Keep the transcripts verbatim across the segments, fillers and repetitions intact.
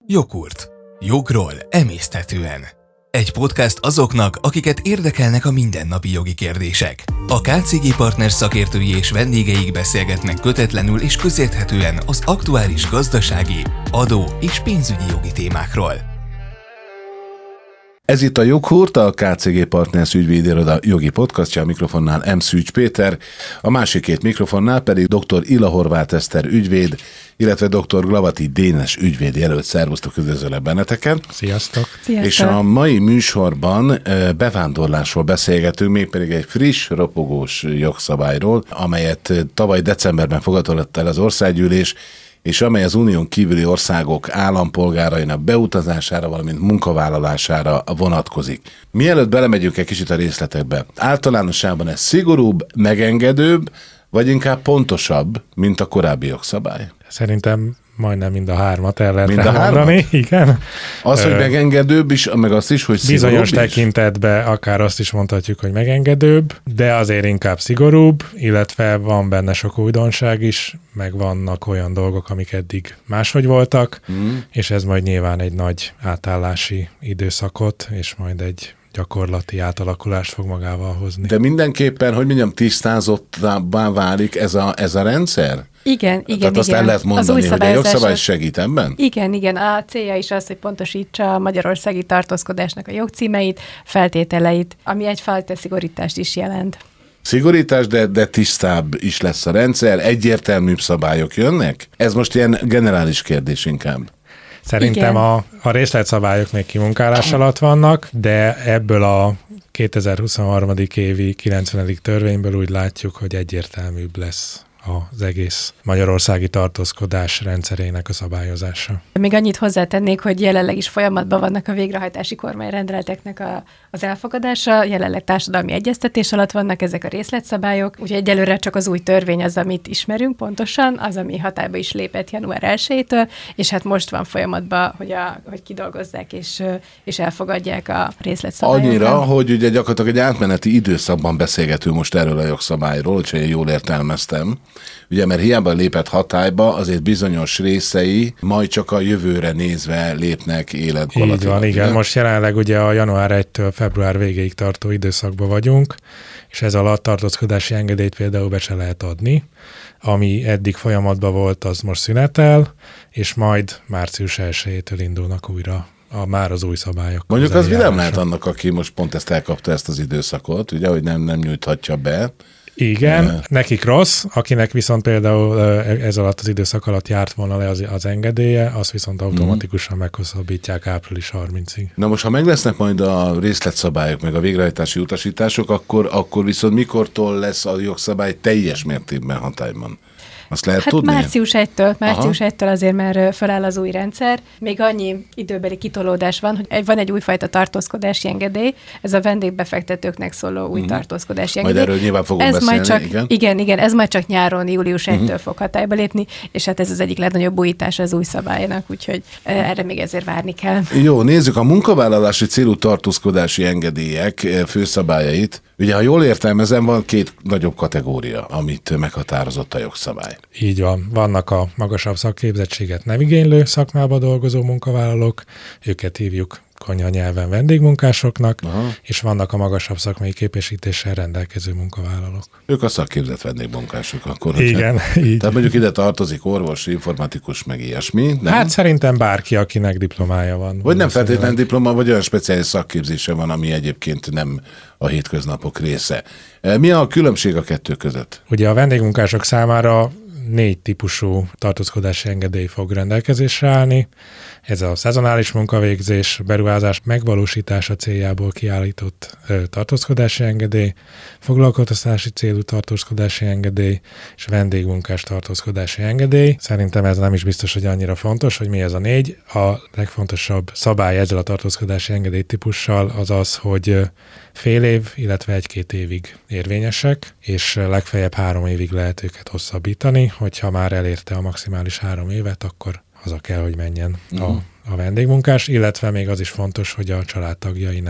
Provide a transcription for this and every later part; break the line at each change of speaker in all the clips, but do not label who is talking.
Joghurt. Jogról emészthetően. Egy podcast azoknak, akiket érdekelnek a mindennapi jogi kérdések. A ká cé gé Partners szakértői és vendégeik beszélgetnek kötetlenül és közérthetően az aktuális gazdasági, adó és pénzügyi jogi témákról.
Ez itt a Joghurt, a ká cé gé Partners ügyvédiroda jogi podcastja, a mikrofonnál M. Szűcs Péter, a másik két mikrofonnál pedig dr. Illa Horváth Eszter ügyvéd, illetve dr. Glavati Dénes ügyvéd jelölt. Szervusztok, üdvözöllek benneteket!
Sziasztok!
Sziasztok!
És a mai műsorban bevándorlásról beszélgetünk, mégpedig egy friss, ropogós jogszabályról, amelyet tavaly decemberben fogadott el az országgyűlés, és amely az unión kívüli országok állampolgárainak beutazására, valamint munkavállalására vonatkozik. Mielőtt belemegyünk egy kicsit a részletekbe, általánosságban ez szigorúbb, megengedőbb, vagy inkább pontosabb, mint a korábbi jogszabály?
Szerintem majdnem mind a hármat el lehet
mind
elmondani. Igen.
Az, hogy megengedőbb is, meg azt is, hogy szigorúbb
bizonyos
is?
tekintetben akár azt is mondhatjuk, hogy megengedőbb, de azért inkább szigorúbb, illetve van benne sok újdonság is, meg vannak olyan dolgok, amik eddig máshogy voltak, mm. és ez majd nyilván egy nagy átállási időszakot, és majd egy gyakorlati átalakulást fog magával hozni.
De mindenképpen, hogy mondjam, tisztázottabbá válik ez a, ez a rendszer?
Igen, igen,
Tehát azt
igen.
el lehet mondani, hogy a jogszabály segít ebben?
Igen, igen. A célja is az, hogy pontosítsa a magyarországi tartózkodásnak a jogcímeit, feltételeit, ami egyfajta szigorítást is jelent.
Szigorítás, de, de tisztább is lesz a rendszer, egyértelműbb szabályok jönnek? Ez most ilyen generális kérdés inkább.
Szerintem a, a részletszabályok még kimunkálás alatt vannak, de ebből a kétezer-huszonhárom. évi kilencvenedik törvényből úgy látjuk, hogy egyértelműbb lesz az egész magyarországi tartózkodás rendszerének a szabályozása.
Még annyit hozzátennék, hogy jelenleg is folyamatban vannak a végrehajtási kormányrendeleteknek a, az elfogadása, jelenleg társadalmi egyeztetés alatt vannak ezek a részletszabályok, úgyhogy egyelőre csak az új törvény az, amit ismerünk pontosan, az, ami hatályba is lépett január elsejétől, és hát most van folyamatban, hogy, a, hogy kidolgozzák és, és elfogadják a részletszabályokat.
Annyira, hogy ugye gyakorlatilag egy átmeneti időszakban beszélgetünk most erről a jogszabályról, hogyha én jól értelmeztem. Ugye, mert hiába lépett hatályba, azért bizonyos részei majd csak a jövőre nézve lépnek életbe.
Így van, igen. Most jelenleg ugye a január elsejétől február végéig tartó időszakban vagyunk, és ez alatt tartózkodási engedélyt például be se lehet adni. Ami eddig folyamatban volt, az most szünetel, és majd március elsejétől indulnak újra a, már az új szabályok.
Mondjuk az, az vidám lehet annak, aki most pont ezt elkapta, ezt az időszakot, ugye, hogy nem, nem nyújthatja be.
Igen,
ne.
Nekik rossz, akinek viszont például ez alatt az időszak alatt járt volna le az, az engedélye, azt viszont automatikusan meghosszabbítják április harmincadikáig.
Na most, ha meg lesznek majd a részletszabályok, meg a végrehajtási utasítások, akkor, akkor viszont mikortól lesz a jogszabály teljes mértékben hatályban? Azt lehet
hát
tudni?
március elsejétől, március elsejétől azért már feláll az új rendszer. Még annyi időbeli kitolódás van, hogy van egy újfajta tartózkodási engedély, ez a vendégbefektetőknek szóló új mm. tartózkodási engedély.
Majd erről nyilván fogunk
ez
beszélni,
majd csak,
igen.
Igen, igen, ez majd csak nyáron, július elsejétől mm-hmm. fog hatályba lépni, és hát ez az egyik legnagyobb újítás az új szabálynak, úgyhogy erre még ezért várni kell.
Jó, nézzük a munkavállalási célú tartózkodási engedélyek főszabályait. Ugye, ha jól értelmezem, van két nagyobb kategória, amit meghatározott a jogszabály.
Így van. Vannak a magasabb szakképzettséget nem igénylő szakmába dolgozó munkavállalók, őket hívjuk konyhanyelven vendégmunkásoknak, aha. és vannak a magasabb szakmai képesítéssel rendelkező munkavállalók.
Ők a szakképzett vendégmunkások akkor.
Igen, így.
Tehát mondjuk ide tartozik orvos, informatikus, meg ilyesmi. Nem?
Hát szerintem bárki, akinek diplomája van.
Vagy nem feltétlenül diploma, vagy olyan speciális szakképzése van, ami egyébként nem a hétköznapok része. Mi a különbség a kettő között?
Ugye a vendégmunkások számára négy típusú tartózkodási engedély fog rendelkezésre állni. Ez a szezonális munkavégzés, beruházás megvalósítása céljából kiállított ö, tartózkodási engedély, foglalkoztatási célú tartózkodási engedély és vendégmunkás tartózkodási engedély. Szerintem ez nem is biztos, hogy annyira fontos, hogy mi ez a négy. A legfontosabb szabály ezzel a tartózkodási engedély típussal az az, hogy fél év, illetve egy-két évig érvényesek, és legfeljebb három évig lehet őket hosszabbítani, hogyha már elérte a maximális három évet, akkor haza kell, hogy menjen uh-huh. a, a vendégmunkás, illetve még az is fontos, hogy a családtagjai nem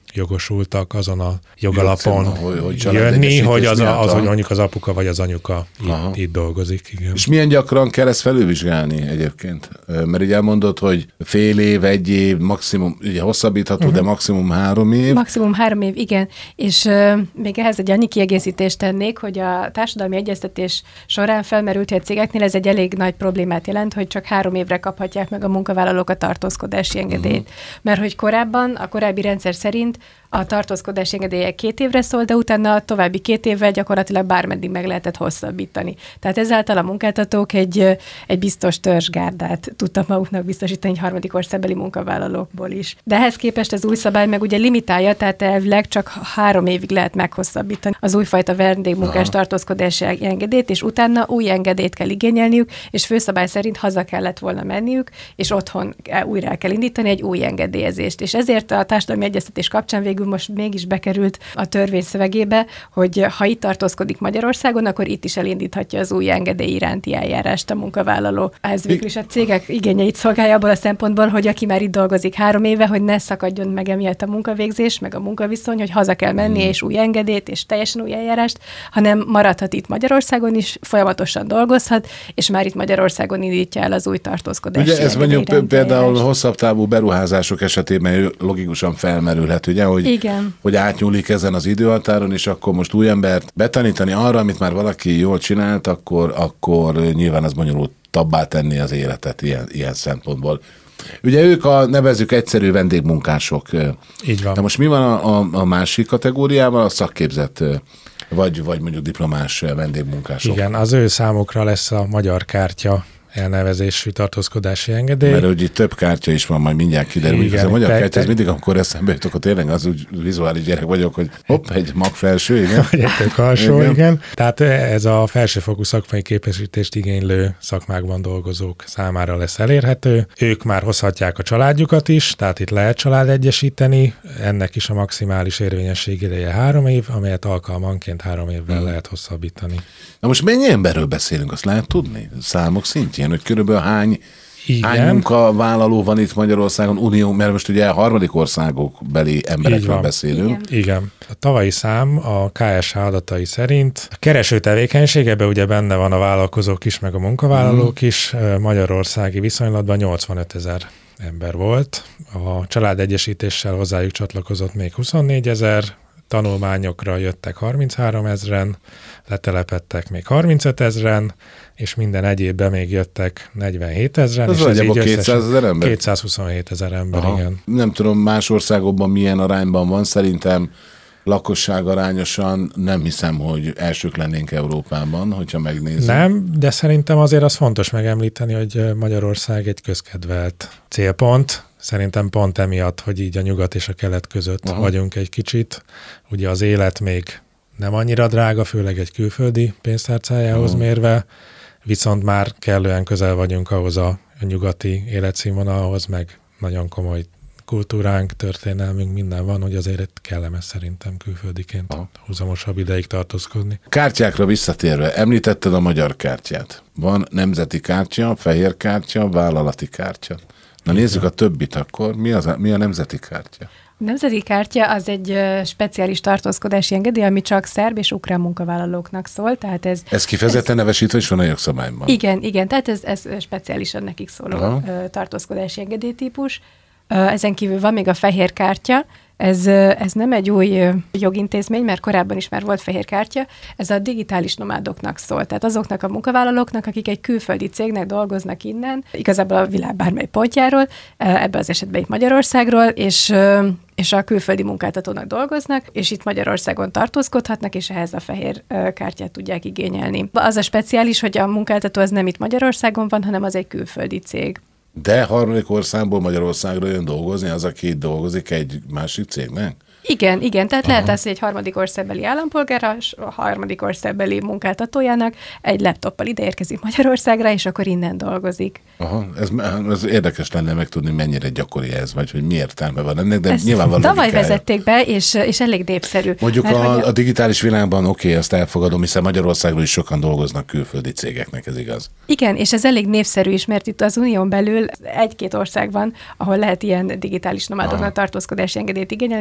jogosultak azon a jogalapon
hogy, hogy
jönni, hogy az, a, az, hogy mondjuk az apuka vagy az anyuka itt, itt dolgozik. Igen.
És milyen gyakran kell ezt felülvizsgálni egyébként? Mert így elmondod, hogy fél év, egy év, maximum, ugye hosszabbítható, uh-huh. de maximum három év.
Maximum három év, igen. És uh, még ehhez egy annyi kiegészítést tennék, hogy a társadalmi egyeztetés során felmerült, hogy a cégeknél ez egy elég nagy problémát jelent, hogy csak három évre kaphatják meg a munkavállalók a tartózkodási engedélyt. Uh-huh. Mert hogy korábban, a korábbi rendszer szerint a tartózkodási engedélye két évre szól, de utána a további két évvel gyakorlatilag bármeddig meg lehetett hosszabbítani. Tehát ezáltal a munkáltatók egy, egy biztos törzsgárdát tudtak maguknak biztosítani egy harmadik országbeli munkavállalókból is. De ehhez képest az új szabály meg ugye limitálja, tehát elvileg csak három évig lehet meghosszabbítani az újfajta vendégmunkás tartózkodási engedélyt, és utána új engedélyt kell igényelniük, és főszabály szerint haza kellett volna menniük, és otthon újra kell indítani egy új engedélyezést. És ezért a társadalmi egyeztetés kapcsán végül most mégis bekerült a törvény szövegébe, hogy ha itt tartózkodik Magyarországon, akkor itt is elindíthatja az új engedély iránti eljárást a munkavállaló. Ez végül is a cégek igényeit szolgálja abból a szempontból, hogy aki már itt dolgozik három éve, hogy ne szakadjon meg emiatt a munkavégzés, meg a munkaviszony, hogy haza kell menni, és új engedélyt, és teljesen új eljárást, hanem maradhat itt Magyarországon is, folyamatosan dolgozhat, és már itt Magyarországon indítja el az új tartózkodási
engedély. Ugye ez mondjuk például hosszabb távú beruházások esetében logikusan felmerülhet, ugye, hogy Igen. hogy átnyúlik ezen az időhatáron, és akkor most új embert betanítani arra, amit már valaki jól csinált, akkor, akkor nyilván az bonyolultabbá tenni az életet ilyen, ilyen szempontból. Ugye ők a nevezzük egyszerű vendégmunkások.
Így van.
De most mi van a, a, a másik kategóriával, a szakképzett vagy, vagy mondjuk diplomás vendégmunkások?
Igen, az ő számukra lesz a magyar kártya elnevezésű tartózkodási engedély.
Mert hogy itt több kártya is van, majd mindjárt kiderül. Igen, ez a magyar te, kártya, ez mindig, amikor eszembe jutok, akkor tényleg az úgy vizuális gyerek vagyok, hogy hopp, egy magfelső, igen.
Vagy egy tök alsó, igen. igen. Tehát ez a felsőfokú szakmai képesítést igénylő szakmákban dolgozók számára lesz elérhető. Ők már hozhatják a családjukat is, tehát itt lehet család egyesíteni. Ennek is a maximális érvényesség ideje három év, amelyet alkalmanként három évvel hmm. lehet hosszabbítani.
Na most mennyi emberről beszélünk, azt lehet tudni? Számok szintjén, hogy körülbelül hány, hány munkavállaló van itt Magyarországon, unió, mert most ugye a harmadik országok beli emberekről beszélünk.
Igen. Igen. A tavalyi szám a ká es há adatai szerint a kereső tevékenység, ebben ugye benne van a vállalkozók is, meg a munkavállalók hmm. is, magyarországi viszonylatban nyolcvanöt ezer ember volt. A családegyesítéssel hozzájuk csatlakozott még huszonnégy ezer, tanulmányokra jöttek harminchárom ezren, letelepedtek még harmincöt ezren, és minden egyébben még jöttek negyvenhét ezren.
Az nagyjából kétszázezer ember?
kétszázhuszonhét ezer ember, Aha. igen.
Nem tudom, más országokban milyen arányban van, szerintem lakosság arányosan nem hiszem, hogy elsők lennénk Európában, hogyha megnézzük.
Nem, de szerintem azért az fontos megemlíteni, hogy Magyarország egy közkedvelt célpont. Szerintem pont emiatt, hogy így a nyugat és a kelet között Aha. vagyunk egy kicsit. Ugye az élet még nem annyira drága, főleg egy külföldi pénztárcájához Aha. mérve, viszont már kellően közel vagyunk ahhoz a, a nyugati életszínvonalhoz, meg nagyon komoly kultúránk, történelmünk, minden van, hogy azért kellemes szerintem külföldiként Aha. húzamosabb ideig tartózkodni.
Kártyákra visszatérve, említetted a magyar kártyát. Van nemzeti kártya, fehér kártya, vállalati kártya. Na nézzük a többit akkor. Mi, az a, mi a nemzeti kártya?
A nemzeti kártya az egy uh, speciális tartózkodási engedély, ami csak szerb és ukrán munkavállalóknak szól. Tehát ez,
ez kifejezetten ez, nevesítve is van a jogszabályban?
Igen, igen, tehát ez, ez speciálisan nekik szóló uh, tartózkodási engedélytípus. Uh, ezen kívül van még a fehér kártya. Ez, ez nem egy új jogintézmény, mert korábban is már volt fehér kártya, ez a digitális nomádoknak szól. Tehát azoknak a munkavállalóknak, akik egy külföldi cégnek dolgoznak innen, igazából a világ bármely pontjáról, ebbe az esetben itt Magyarországról, és, és a külföldi munkáltatónak dolgoznak, és itt Magyarországon tartózkodhatnak, és ehhez a fehér kártyát tudják igényelni. Az a speciális, hogy a munkáltató az nem itt Magyarországon van, hanem az egy külföldi cég.
De harmadik országból Magyarországra jön dolgozni az, aki itt dolgozik egy másik cégnek?
Igen, igen, tehát Aha. lehet az, hogy egy harmadik országbeli állampolgár, a harmadik országbeli munkáltatójának egy laptoppal ide érkezik Magyarországra, és akkor innen dolgozik.
Aha, ez, ez érdekes lenne megtudni, mennyire gyakori ez, vagy hogy mi értelme van ennek, de nyilvánvalóan
tavaly vezették be, és, és elég népszerű.
Mondjuk mert, a, a digitális világban oké, okay, azt elfogadom, hiszen Magyarországról is sokan dolgoznak külföldi cégeknek, ez igaz.
Igen, és ez elég népszerű is, mert itt az unión belül egy-két ország van, ahol lehet ilyen digitális nomádoknak tartózkodási engedélyt igényelni, és Magyar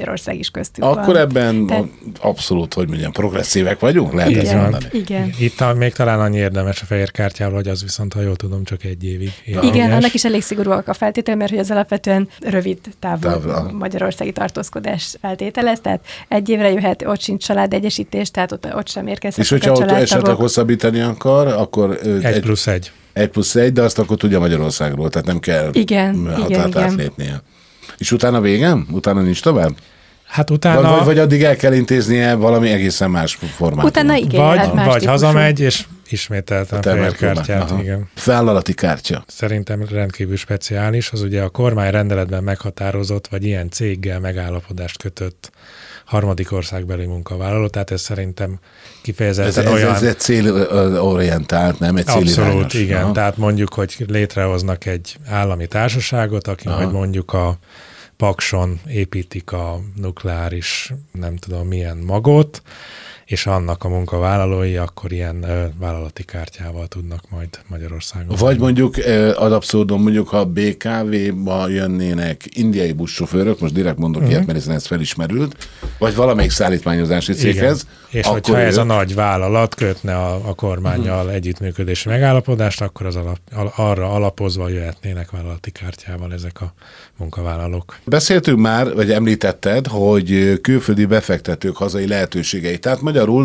Magyarország is köztük
Akkor
van.
ebben
Te...
abszolút, hogy mondjam, progresszívek vagyunk, lehet
Igen.
ezt mondani.
Igen.
Itt a, még talán annyi érdemes a fehér kártyával, hogy az viszont, ha jól tudom, csak egy évig.
Igen,
érvényes.
annak is elég szigorúak a feltétel, mert hogy az alapvetően rövid távú
Távra.
magyarországi tartózkodás feltételez, tehát egy évre jöhet, ott sincs családegyesítés, tehát ott, ott sem érkezhetnek
És hogyha
a
ott
családtagok.
esetleg hosszabbítani akar, akkor ö,
Egy plusz egy.
egy plusz egy, de azt akkor tudja Magyarországról, tehát nem kell
Igen,
határt
igen, igen.
átlépnie. És utána végem? Utána nincs tovább?
Hát utána...
Vagy, vagy, vagy addig el kell intéznie valami egészen más formát.
Utána igen,
Vagy,
hát más
vagy
típusú.
hazamegy, és ismételten
A
fehér
termelőben.
kártyát.
Aha.
Igen.
Vállalati kártya.
Szerintem rendkívül speciális, az ugye a kormány rendeletben meghatározott, vagy ilyen céggel megállapodást kötött harmadik országbeli munkavállaló, tehát ez szerintem
Ez,
kifejezetten
ez,
olyan...
ez egy célorientált, nem egy célirányos.
Abszolút, igen.
Aha.
Tehát mondjuk, hogy létrehoznak egy állami társaságot, aki
Aha.
majd mondjuk a Pakson építik a nukleáris, nem tudom milyen magot, és annak a munkavállalói akkor ilyen ö, vállalati kártyával tudnak majd Magyarországon.
Vagy mondjuk eh, ad abszurdum, mondjuk ha bé ká vé-ba jönnének indiai buszsofőrök, most direkt mondok uh-huh. ilyet, mert hiszen ez felismerült, vagy valamelyik szállítmányozási céghez.
És
akkor
hogyha ez
ők-
a nagy vállalat kötne a, a kormánnyal uh-huh. együttműködési megállapodást, akkor az alap, al, arra alapozva jöhetnének vállalati kártyával ezek a munkavállalók.
Beszéltünk már, vagy említetted, hogy külföldi befektetők hazai lehetőségei. Tehát magyarul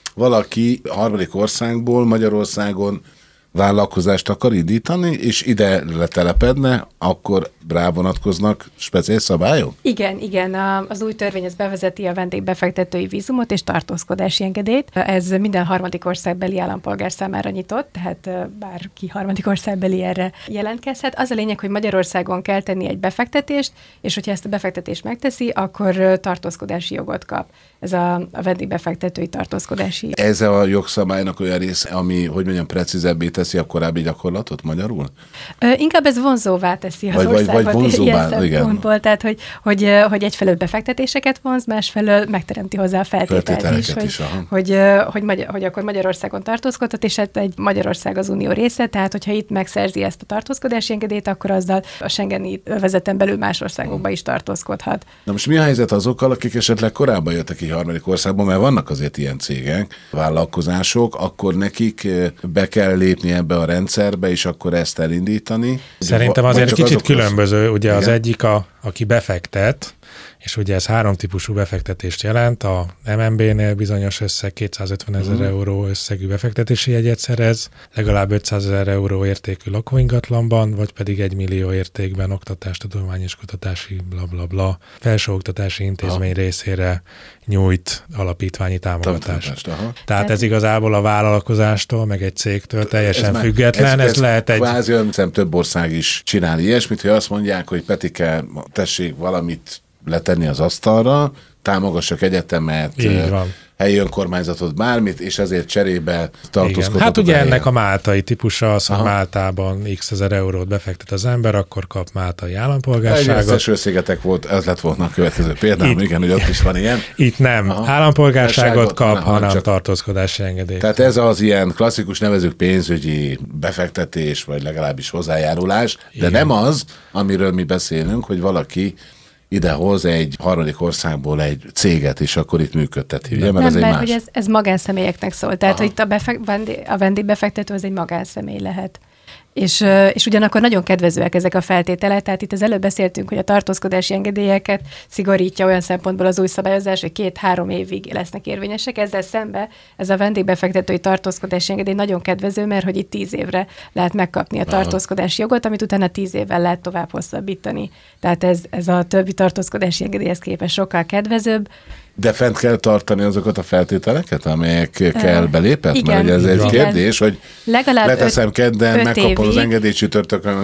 valaki harmadik országból Magyarországon vállalkozást akar indítani, és ide letelepedne, akkor rávonatkoznak speciális szabályok?
Igen, igen. A, az új törvény az bevezeti a vendégbefektetői vízumot és tartózkodási engedélyt. Ez minden harmadik országbeli állampolgár számára nyitott, tehát ö, bárki harmadik országbeli erre jelentkezhet. Az a lényeg, hogy Magyarországon kell tenni egy befektetést, és hogyha ezt a befektetést megteszi, akkor ö, tartózkodási jogot kap. Ez a, a vendégbefektetői tartózkodási.
Ez a jogszabálynak olyan része, ami, hogy mondjam, precízebbé teszi a korábbi gyakorlatot magyarul?
Ö, inkább ez vonzóvá teszi az
Vagy- vagy- vagy
országot
vonzóvá,
ilyen
igen.
szempontból, tehát hogy, hogy, ö, hogy egyfelől befektetéseket vonz, másfelől megteremti hozzá a feltételt is,
Feltételeket
hogy,
is, aha.
hogy, ö, hogy, Magyar, hogy akkor Magyarországon tartózkodhat, és hát egy Magyarország az unió része, tehát hogyha itt megszerzi ezt a tartózkodási engedélyt, akkor azzal a Schengeni övezeten belül más országokba is tartózkodhat.
Na most mi a helyzet azokkal, akik esetleg korábban jöttek egy harmadik országban, mert vannak azért ilyen cégek, vállalkozások, akkor nekik eh, be kell lépni ebbe a rendszerbe, és akkor ezt elindítani?
Szerintem
Vagy
azért
csak
kicsit
azokhoz-
különböző, ugye
Igen?
az egyik, a, aki befektet, és ugye ez három típusú befektetést jelent, a em en bé-nél bizonyos összeg kétszázötvenezer
Mhm.
euró összegű befektetési jegyet szerez, legalább ötszázezer euró értékű lakóingatlanban, vagy pedig egy millió értékben oktatás, tudományos kutatási bla bla bla, felsőoktatási intézmény részére nyújt alapítványi támogatást.
Támogatást, aha.
Tehát ez igazából a vállalkozástól, meg egy cégtől teljesen
már-
független, ez, ez,
ez
lehet egy...
Kvázi olyan, hiszem, több ország is csinál ilyesmit, hogy azt mondják, hogy Petike, tessék valamit letenni az asztalra, támogassak egyetemet,
Így
eh,
van.
helyi önkormányzatot, bármit, és ezért cserébe tartózkodhatok.
Igen. Hát ugye
a helyen.
ennek a máltai típusa az, hogy
Aha.
Máltában x ezer eurót befektet az ember, akkor kap máltai
Egy
állampolgárságot.
Szigetek volt, ez lett volna a következő példám,
Itt-
igen, hogy ott is van ilyen.
Itt nem
Aha.
állampolgárságot
Állampolgárságot,
kap,
hanem
hanem
csak-
tartózkodási engedélyt.
Tehát ez az ilyen klasszikus, nevezük pénzügyi befektetés, vagy legalábbis hozzájárulás, de
Igen.
nem az, amiről mi beszélünk, hogy valaki idehoz egy harmadik országból egy céget, és akkor itt működteti, ugye? Mert
Nem,
ez egy
mert
más.
hogy ez, ez magánszemélyeknek szól. Tehát,
Aha.
hogy itt a, befek, vendé, a vendégbefektető az egy magánszemély lehet. És, ö, és ugyanakkor nagyon kedvezőek ezek a feltételek, tehát itt az előbb beszéltünk, hogy a tartózkodási engedélyeket szigorítja olyan szempontból az új szabályozás, hogy két-három évig lesznek érvényesek. Ezzel szembe ez a vendégbefektetői tartózkodási engedély nagyon kedvező, mert hogy itt tíz évre lehet megkapni a tartózkodási jogot, amit utána tíz évvel lehet tovább hosszabbítani. Tehát ez, ez a többi tartózkodási engedélyhez képest sokkal kedvezőbb.
De fent kell tartani azokat a feltételeket, amelyekkel belépett?
igen,
Mert ugye ez egy
igen.
kérdés, hogy
Legalább
leteszem
öt-
kedden,
öt
megkapom az
évig.
engedélyt csütörtökön,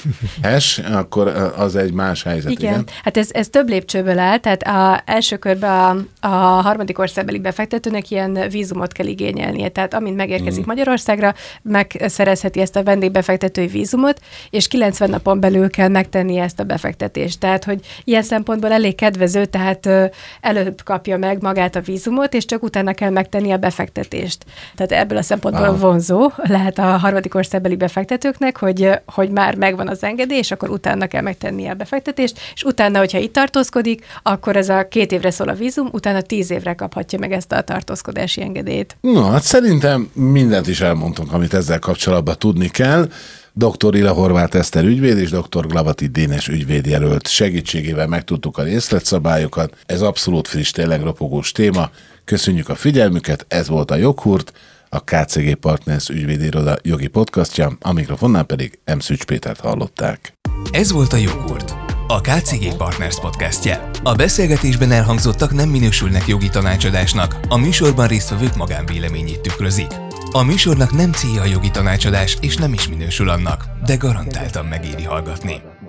hes, akkor az egy más helyzet, igen.
Igen, hát ez, ez több lépcsőből áll, tehát a első körben a, a harmadik országbeli befektetőnek ilyen vízumot kell igényelnie, tehát amint megérkezik mm. Magyarországra, megszerezheti ezt a vendégbefektetői vízumot, és kilencven napon belül kell megtennie ezt a befektetést. Tehát, hogy ilyen szempontból elég kedvező, tehát ö, előbb kapja kapja meg magát a vízumot, és csak utána kell megtenni a befektetést. Tehát ebből a szempontból
Aha.
vonzó lehet a harmadik országbeli befektetőknek, hogy, hogy már megvan az engedély, és akkor utána kell megtenni a befektetést, és utána, hogyha itt tartózkodik, akkor ez a két évre szól a vízum, utána tíz évre kaphatja meg ezt a tartózkodási engedélyt.
Na, hát szerintem mindent is elmondtunk, amit ezzel kapcsolatban tudni kell. doktor Ila Horváth Eszter ügyvéd és doktor Glavati Dénes ügyvédjelölt segítségével megtudtuk a részletszabályokat. Ez abszolút friss, tényleg ropogós téma. Köszönjük a figyelmüket, ez volt a Joghurt, a ká cé gé Partners ügyvédiroda jogi podcastja, a mikrofonnál pedig M. Szűcs Pétert hallották.
Ez volt a Joghurt, a ká cé gé Partners podcastje. A beszélgetésben elhangzottak nem minősülnek jogi tanácsadásnak, a műsorban résztvevők magánvéleményét tükrözik. A műsornak nem célja a jogi tanácsadás, és nem is minősül annak, de garantáltan megéri hallgatni.